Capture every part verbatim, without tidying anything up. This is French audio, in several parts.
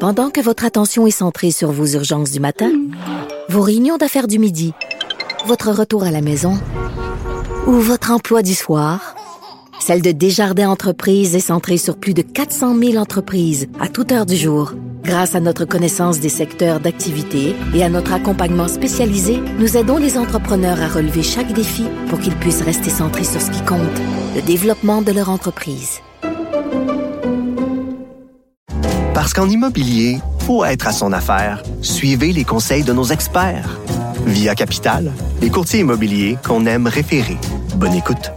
Pendant que votre attention est centrée sur vos urgences du matin, vos réunions d'affaires du midi, votre retour à la maison ou votre emploi du soir, celle de Desjardins Entreprises est centrée sur plus de quatre cent mille entreprises à toute heure du jour. Grâce à notre connaissance des secteurs d'activité et à notre accompagnement spécialisé, nous aidons les entrepreneurs à relever chaque défi pour qu'ils puissent rester centrés sur ce qui compte, le développement de leur entreprise. Parce qu'en immobilier, faut être à son affaire. Suivez les conseils de nos experts. Via Capital, les courtiers immobiliers qu'on aime référer. Bonne écoute.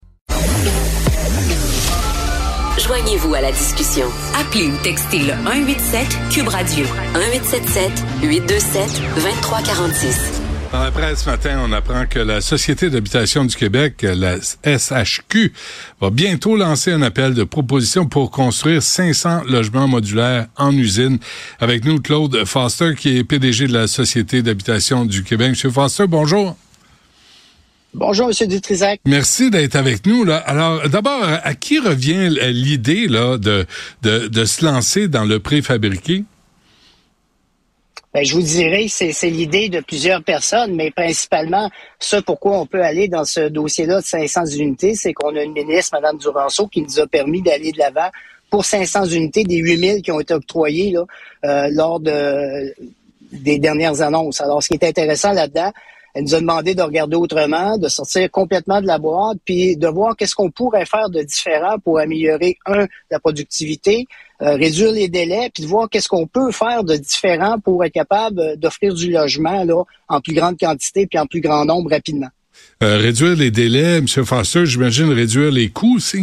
Joignez-vous à la discussion. Appelez ou textez le un huit sept Cube Radio. un huit sept sept huit deux sept deux trois quatre six. Dans la presse ce matin, on apprend que la Société d'habitation du Québec, la S H Q, va bientôt lancer un appel de proposition pour construire cinq cents logements modulaires en usine. Avec nous, Claude Foster, qui est P D G de la Société d'habitation du Québec. Monsieur Foster, bonjour. Bonjour, M. Dutrisac. Merci d'être avec nous, là. Alors, d'abord, à qui revient l'idée, là, de, de, de se lancer dans le préfabriqué? Ben, je vous dirais, c'est, c'est l'idée de plusieurs personnes, mais principalement, ce pourquoi on peut aller dans ce dossier-là de cinq cents unités, c'est qu'on a une ministre, Mme Duranceau, qui nous a permis d'aller de l'avant pour cinq cents unités des huit mille qui ont été octroyées là, euh, lors de, des dernières annonces. Alors, ce qui est intéressant là-dedans, elle nous a demandé de regarder autrement, de sortir complètement de la boîte, puis de voir qu'est-ce qu'on pourrait faire de différent pour améliorer, un, la productivité, euh, réduire les délais, puis de voir qu'est-ce qu'on peut faire de différent pour être capable d'offrir du logement là en plus grande quantité puis en plus grand nombre rapidement. Euh, réduire les délais, M. Foster, j'imagine réduire les coûts aussi.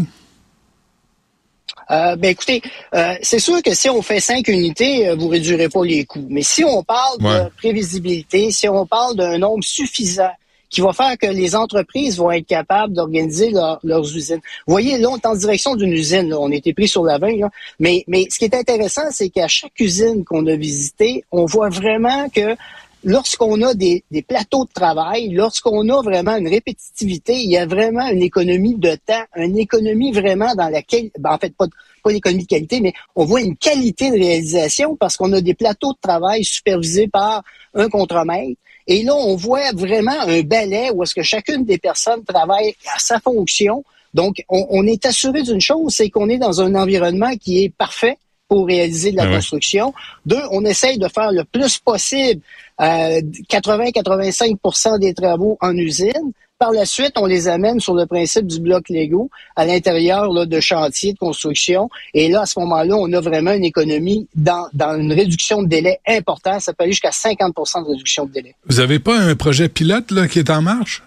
Euh, ben écoutez, euh, c'est sûr que si on fait cinq unités, euh, vous réduirez pas les coûts. Mais si on parle ouais. de prévisibilité, si on parle d'un nombre suffisant qui va faire que les entreprises vont être capables d'organiser leur, leurs usines. Vous voyez, là, on est en direction d'une usine. Là. On a été pris sur la vingt. Là. Mais, mais ce qui est intéressant, c'est qu'à chaque usine qu'on a visitée, on voit vraiment que lorsqu'on a des, des plateaux de travail, lorsqu'on a vraiment une répétitivité, il y a vraiment une économie de temps, une économie vraiment dans laquelle, ben en fait, pas, pas l'économie de qualité, mais on voit une qualité de réalisation parce qu'on a des plateaux de travail supervisés par un contremaître. Et là, on voit vraiment un balai où est-ce que chacune des personnes travaille à sa fonction. Donc, on, on est assuré d'une chose, c'est qu'on est dans un environnement qui est parfait pour réaliser de la ah construction. Ouais. Deux, on essaye de faire le plus possible euh, quatre-vingts à quatre-vingt-cinq pour cent des travaux en usine. Par la suite, on les amène sur le principe du bloc Lego à l'intérieur là, de chantiers de construction. Et là, à ce moment-là, on a vraiment une économie dans, dans une réduction de délai importante. Ça peut aller jusqu'à cinquante pour cent de réduction de délai. Vous avez pas un projet pilote là qui est en marche?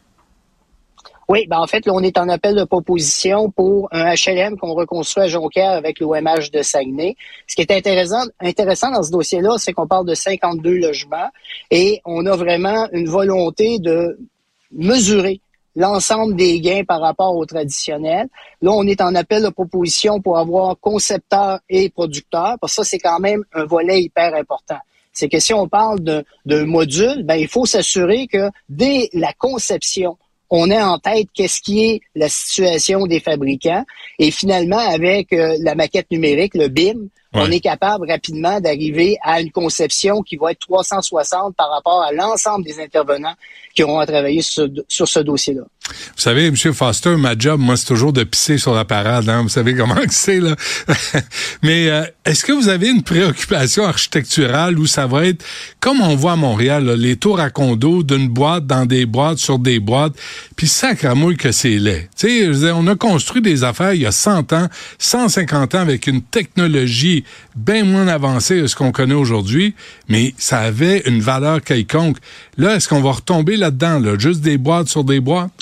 Oui, ben en fait, là, on est en appel de proposition pour un H L M qu'on reconstruit à Jonquière avec l'O M H de Saguenay. Ce qui est intéressant, intéressant dans ce dossier-là, c'est qu'on parle de cinquante-deux logements et on a vraiment une volonté de mesurer l'ensemble des gains par rapport au traditionnel. Là, on est en appel de proposition pour avoir concepteur et producteur, parce que ça, c'est quand même un volet hyper important. C'est que si on parle de, de module, ben il faut s'assurer que dès la conception, on ait en tête qu'est-ce qui est la situation des fabricants. Et finalement, avec euh, la maquette numérique, le B I M, ouais. on est capable rapidement d'arriver à une conception qui va être trois cent soixante par rapport à l'ensemble des intervenants qui auront à travailler sur, sur ce dossier-là. Vous savez, M. Foster, ma job, moi, c'est toujours de pisser sur la parade. Hein? Vous savez comment c'est, là. Mais euh, est-ce que vous avez une préoccupation architecturale où ça va être, comme on voit à Montréal, là, les tours à condos d'une boîte dans des boîtes sur des boîtes, puis sacramouille que c'est laid. Tu sais, on a construit des affaires il y a cent ans, cent cinquante ans avec une technologie bien moins avancée que ce qu'on connaît aujourd'hui, mais ça avait une valeur quelconque. Là, est-ce qu'on va retomber là-dedans, là, juste des boîtes sur des boîtes?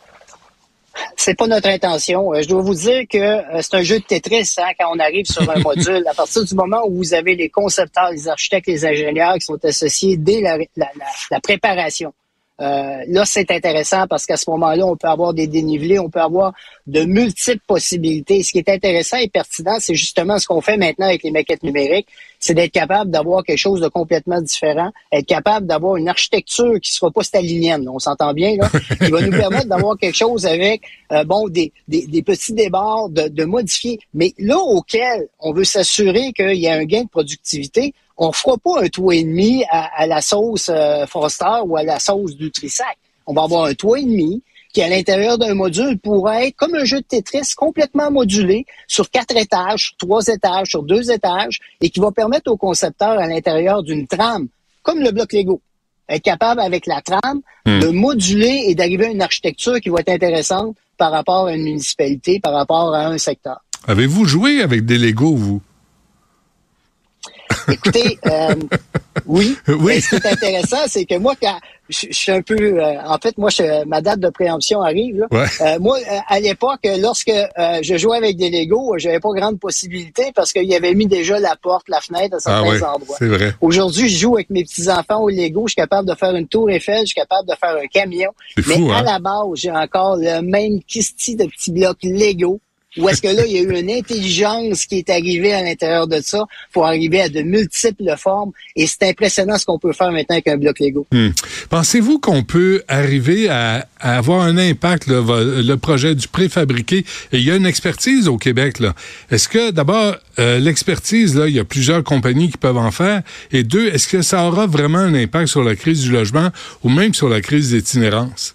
C'est pas notre intention. Je dois vous dire que c'est un jeu de Tetris hein, quand on arrive sur un module. À partir du moment où vous avez les concepteurs, les architectes, les ingénieurs qui sont associés dès la, la, la, la préparation. Euh, là, c'est intéressant parce qu'à ce moment-là, on peut avoir des dénivelés, on peut avoir de multiples possibilités. Ce qui est intéressant et pertinent, c'est justement ce qu'on fait maintenant avec les maquettes numériques. C'est c'est d'être capable d'avoir quelque chose de complètement différent, être capable d'avoir une architecture qui sera pas stalinienne, on s'entend bien, là, qui va nous permettre d'avoir quelque chose avec, euh, bon, des, des, des petits débords, de, de modifier. Mais là, auquel on veut s'assurer qu'il y a un gain de productivité, on fera pas un toit et demi à, à la sauce euh, Foster ou à la sauce du Trisac. On va avoir un toit et demi qui, à l'intérieur d'un module, pourrait être comme un jeu de Tetris complètement modulé sur quatre étages, sur trois étages, sur deux étages, et qui va permettre aux concepteurs, à l'intérieur d'une trame, comme le bloc Lego, être capable, avec la trame, mmh. de moduler et d'arriver à une architecture qui va être intéressante par rapport à une municipalité, par rapport à un secteur. Avez-vous joué avec des Legos, vous? Écoutez, euh, oui. Oui. Mais ce qui est intéressant, c'est que moi, quand je, je suis un peu, euh, en fait, moi, je, ma date de préemption arrive. Là. Ouais. Euh, moi, à l'époque, lorsque euh, je jouais avec des Legos, j'avais pas grande possibilité parce qu'il y avait mis déjà la porte, la fenêtre à certains ah ouais, endroits. C'est vrai. Aujourd'hui, je joue avec mes petits enfants au Lego. Je suis capable de faire une tour Eiffel, je suis capable de faire un camion. C'est mais fou, à hein? la base, j'ai encore le même kisti de petits blocs Lego. Ou est-ce que là, il y a eu une intelligence qui est arrivée à l'intérieur de ça pour arriver à de multiples formes. Et c'est impressionnant ce qu'on peut faire maintenant avec un bloc Lego. Hmm. Pensez-vous qu'on peut arriver à, à avoir un impact, là, le projet du préfabriqué? Et il y a une expertise au Québec, là. Est-ce que, d'abord, euh, l'expertise, là, il y a plusieurs compagnies qui peuvent en faire. Et deux, est-ce que ça aura vraiment un impact sur la crise du logement ou même sur la crise d'itinérance?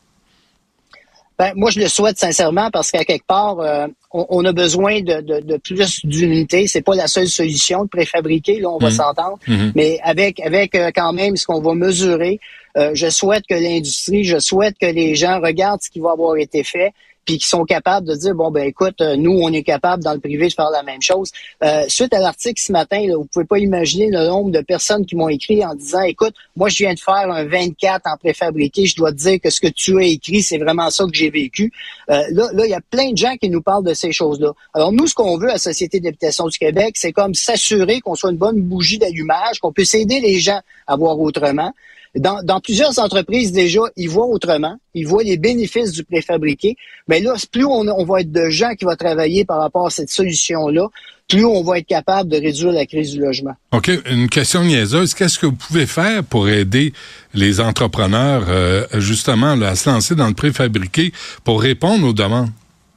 Ben, moi, je le souhaite sincèrement parce qu'à quelque part, euh, on, on a besoin de, de, de plus d'unités. C'est pas la seule solution de préfabriquer, là, on va mmh. s'entendre. Mmh. Mais avec avec euh, quand même ce qu'on va mesurer, euh, je souhaite que l'industrie, je souhaite que les gens regardent ce qui va avoir été fait, puis qui sont capables de dire, bon, ben écoute, nous, on est capable dans le privé de faire la même chose. Euh, suite à l'article ce matin, là, vous pouvez pas imaginer le nombre de personnes qui m'ont écrit en disant, écoute, moi, je viens de faire un vingt-quatre en préfabriqué, je dois te dire que ce que tu as écrit, c'est vraiment ça que j'ai vécu. Euh, là, là, il y a plein de gens qui nous parlent de ces choses-là. Alors, nous, ce qu'on veut à la Société d'habitation du Québec, c'est comme s'assurer qu'on soit une bonne bougie d'allumage, qu'on puisse aider les gens à voir autrement. Dans, dans plusieurs entreprises, déjà, ils voient autrement. Ils voient les bénéfices du préfabriqué. Mais là, plus on, on va être de gens qui vont travailler par rapport à cette solution-là, plus on va être capable de réduire la crise du logement. OK. Une question niaiseuse. Qu'est-ce que vous pouvez faire pour aider les entrepreneurs, euh, justement, là, à se lancer dans le préfabriqué pour répondre aux demandes?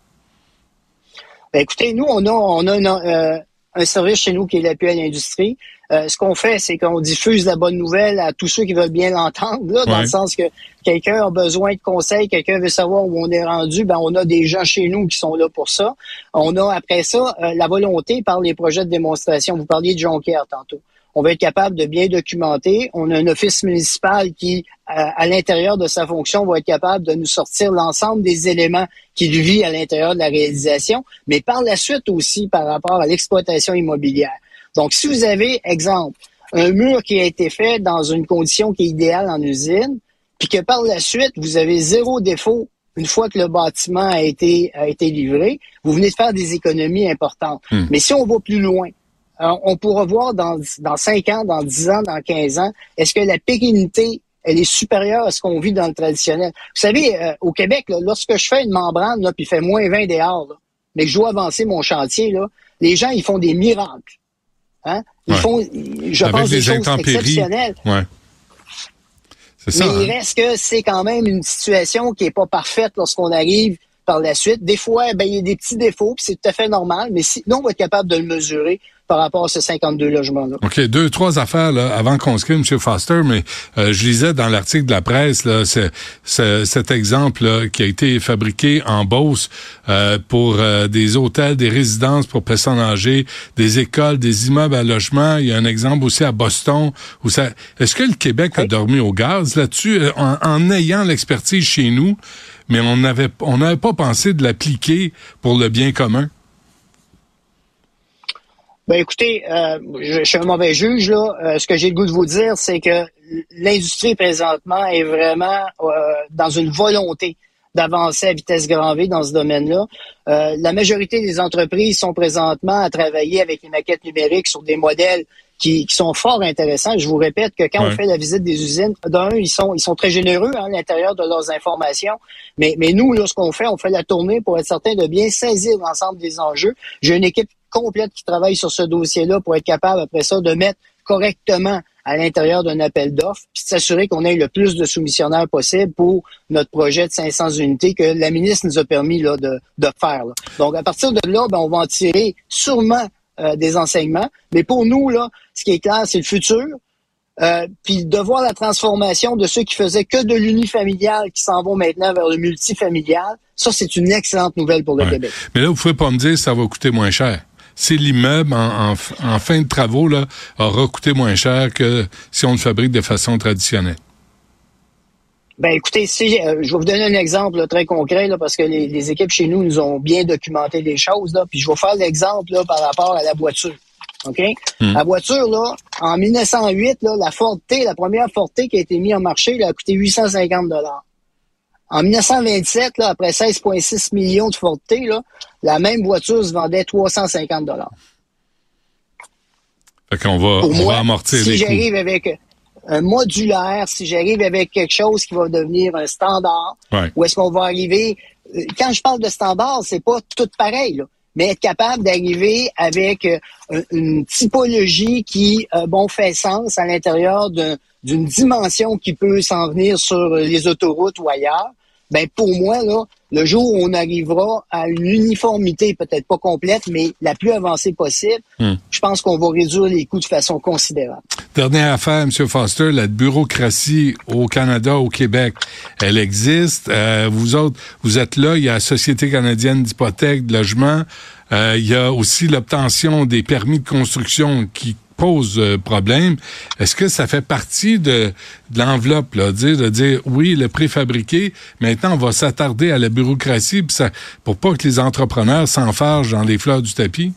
Ben, écoutez, nous, on a, on a une, euh, un service chez nous qui est l'appui à l'industrie. Euh, ce qu'on fait, c'est qu'on diffuse la bonne nouvelle à tous ceux qui veulent bien l'entendre, là, dans ouais. le sens que quelqu'un a besoin de conseils, quelqu'un veut savoir où on est rendu, ben on a des gens chez nous qui sont là pour ça. On a après ça euh, la volonté par les projets de démonstration. Vous parliez de Jonquière tantôt. On va être capable de bien documenter. On a un office municipal qui, à, à l'intérieur de sa fonction, va être capable de nous sortir l'ensemble des éléments qu'il vit à l'intérieur de la réalisation, mais par la suite aussi par rapport à l'exploitation immobilière. Donc, si vous avez, exemple, un mur qui a été fait dans une condition qui est idéale en usine, puis que par la suite, vous avez zéro défaut une fois que le bâtiment a été, a été livré, vous venez de faire des économies importantes. Mmh. Mais si on va plus loin, on pourra voir dans, dans cinq ans, dans dix ans, dans quinze ans, est-ce que la pérennité, elle est supérieure à ce qu'on vit dans le traditionnel? Vous savez, euh, au Québec, là, lorsque je fais une membrane, là, puis il fait moins vingt dehors, là, mais que je dois avancer mon chantier, là, les gens, ils font des miracles. Hein? Ils ouais. font, je Avec pense, des, des choses exceptionnelles. Ouais. C'est ça, mais hein? il reste que c'est quand même une situation qui est pas parfaite lorsqu'on arrive par la suite. Des fois, ben, il y a des petits défauts, puis c'est tout à fait normal, mais si, nous, on va être capable de le mesurer par rapport à ce cinquante-deux logements-là. OK, deux, trois affaires là, avant qu'on se quitte, M. Foster, mais euh, je lisais dans l'article de la presse là, c'est, c'est, cet exemple là, qui a été fabriqué en Beauce euh, pour euh, des hôtels, des résidences pour personnes âgées, des écoles, des immeubles à logement. Il y a un exemple aussi à Boston. Où ça... Est-ce que le Québec oui. a dormi au gaz là-dessus en, en ayant l'expertise chez nous, mais on n'avait on n'avait pas pensé de l'appliquer pour le bien commun? Ben écoutez, euh, je, je suis un mauvais juge là. Euh, ce que j'ai le goût de vous dire, c'est que l'industrie présentement est vraiment euh, dans une volonté d'avancer à vitesse grand V dans ce domaine-là. Euh, la majorité des entreprises sont présentement à travailler avec les maquettes numériques sur des modèles qui, qui sont fort intéressants. Je vous répète que quand ouais. on fait la visite des usines, d'un, ils sont ils sont très généreux hein, à l'intérieur de leurs informations. Mais, mais nous, là, ce qu'on fait, on fait la tournée pour être certain de bien saisir l'ensemble des enjeux. J'ai une équipe complète qui travaille sur ce dossier-là pour être capable, après ça, de mettre correctement à l'intérieur d'un appel d'offres, puis de s'assurer qu'on ait le plus de soumissionnaires possible pour notre projet de cinq cents unités que la ministre nous a permis là, de, de faire. Là. Donc, à partir de là, ben, on va en tirer sûrement euh, des enseignements. Mais pour nous, là, ce qui est clair, c'est le futur. Euh, puis de voir la transformation de ceux qui faisaient que de l'unifamilial qui s'en vont maintenant vers le multifamilial, ça, c'est une excellente nouvelle pour le ouais. Québec. Mais là, vous pouvez pas me dire que ça va coûter moins cher. Si l'immeuble, en, en, en fin de travaux, là, aura coûté moins cher que si on le fabrique de façon traditionnelle. Ben écoutez, si euh, je vais vous donner un exemple là, très concret là, parce que les, les équipes chez nous nous ont bien documenté les choses. Là, puis je vais faire l'exemple là, par rapport à la voiture. OK? Mmh. La voiture, là, en mille neuf cent huit, là, la Ford T, la première Ford T qui a été mise en marché, là, a coûté huit cent cinquante dollars. En mille neuf cent vingt-sept, là, après seize virgule six millions de Ford T, là, la même voiture se vendait trois cent cinquante dollars. Fait qu'on va, Pour on moi, va amortir si les coûts. j'arrive avec un modulaire, si j'arrive avec quelque chose qui va devenir un standard, ouais. où est-ce qu'on va arriver... Quand je parle de standard, c'est pas tout pareil, là. Mais être capable d'arriver avec euh, une typologie qui, euh, bon, fait sens à l'intérieur de, d'une dimension qui peut s'en venir sur les autoroutes ou ailleurs, ben pour moi, là, le jour où on arrivera à une uniformité, peut-être pas complète, mais la plus avancée possible, hum. je pense qu'on va réduire les coûts de façon considérable. Dernière affaire, M. Foster, la bureaucratie au Canada, au Québec, elle existe. Euh, vous autres, vous êtes là, il y a la Société canadienne d'hypothèques, de logement. Euh, il y a aussi l'obtention des permis de construction qui pose euh, problème. Est-ce que ça fait partie de, de l'enveloppe, là, dire, de dire, oui, le préfabriqué, maintenant, on va s'attarder à la bureaucratie pis ça, pour pas que les entrepreneurs s'enfargent dans les fleurs du tapis?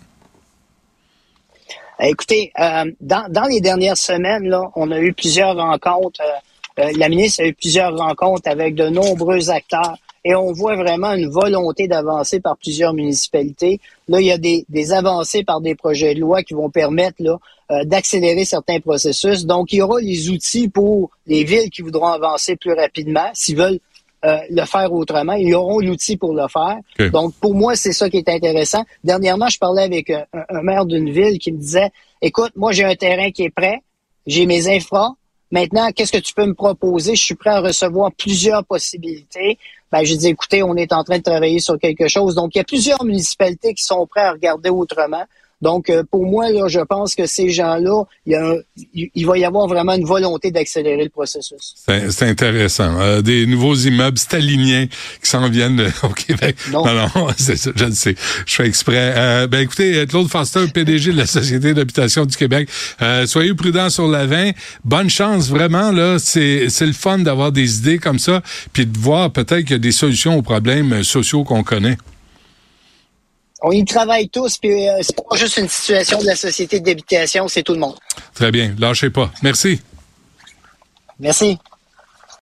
Écoutez, euh, dans, dans les dernières semaines, là, on a eu plusieurs rencontres. Euh, euh, la ministre a eu plusieurs rencontres avec de nombreux acteurs et on voit vraiment une volonté d'avancer par plusieurs municipalités. Là, il y a des, des avancées par des projets de loi qui vont permettre là, euh, d'accélérer certains processus. Donc, il y aura les outils pour les villes qui voudront avancer plus rapidement, s'ils veulent Euh, le faire autrement. Ils auront l'outil pour le faire. Okay. Donc, pour moi, c'est ça qui est intéressant. Dernièrement, je parlais avec un, un maire d'une ville qui me disait, écoute, moi, j'ai un terrain qui est prêt, j'ai mes infras. Maintenant, qu'est-ce que tu peux me proposer? Je suis prêt à recevoir plusieurs possibilités. Ben, j'ai dit, écoutez, on est en train de travailler sur quelque chose. Donc, il y a plusieurs municipalités qui sont prêtes à regarder autrement. Donc, euh, pour moi, là, je pense que ces gens-là, il, y a un, il va y avoir vraiment une volonté d'accélérer le processus. C'est, c'est intéressant. Euh, des nouveaux immeubles staliniens qui s'en viennent euh, au Québec. Non, non, non c'est ça, je le sais. Je fais exprès. Euh, ben écoutez, Claude Foster, P D G de la Société d'habitation du Québec, euh, soyez prudents sur la vingt. Bonne chance, vraiment. Là, c'est, c'est le fun d'avoir des idées comme ça, puis de voir peut-être qu'il y a des solutions aux problèmes sociaux qu'on connaît. On y travaille tous, puis euh, c'est pas juste une situation de la Société d'habitation, c'est tout le monde. Très bien. Lâchez pas. Merci. Merci.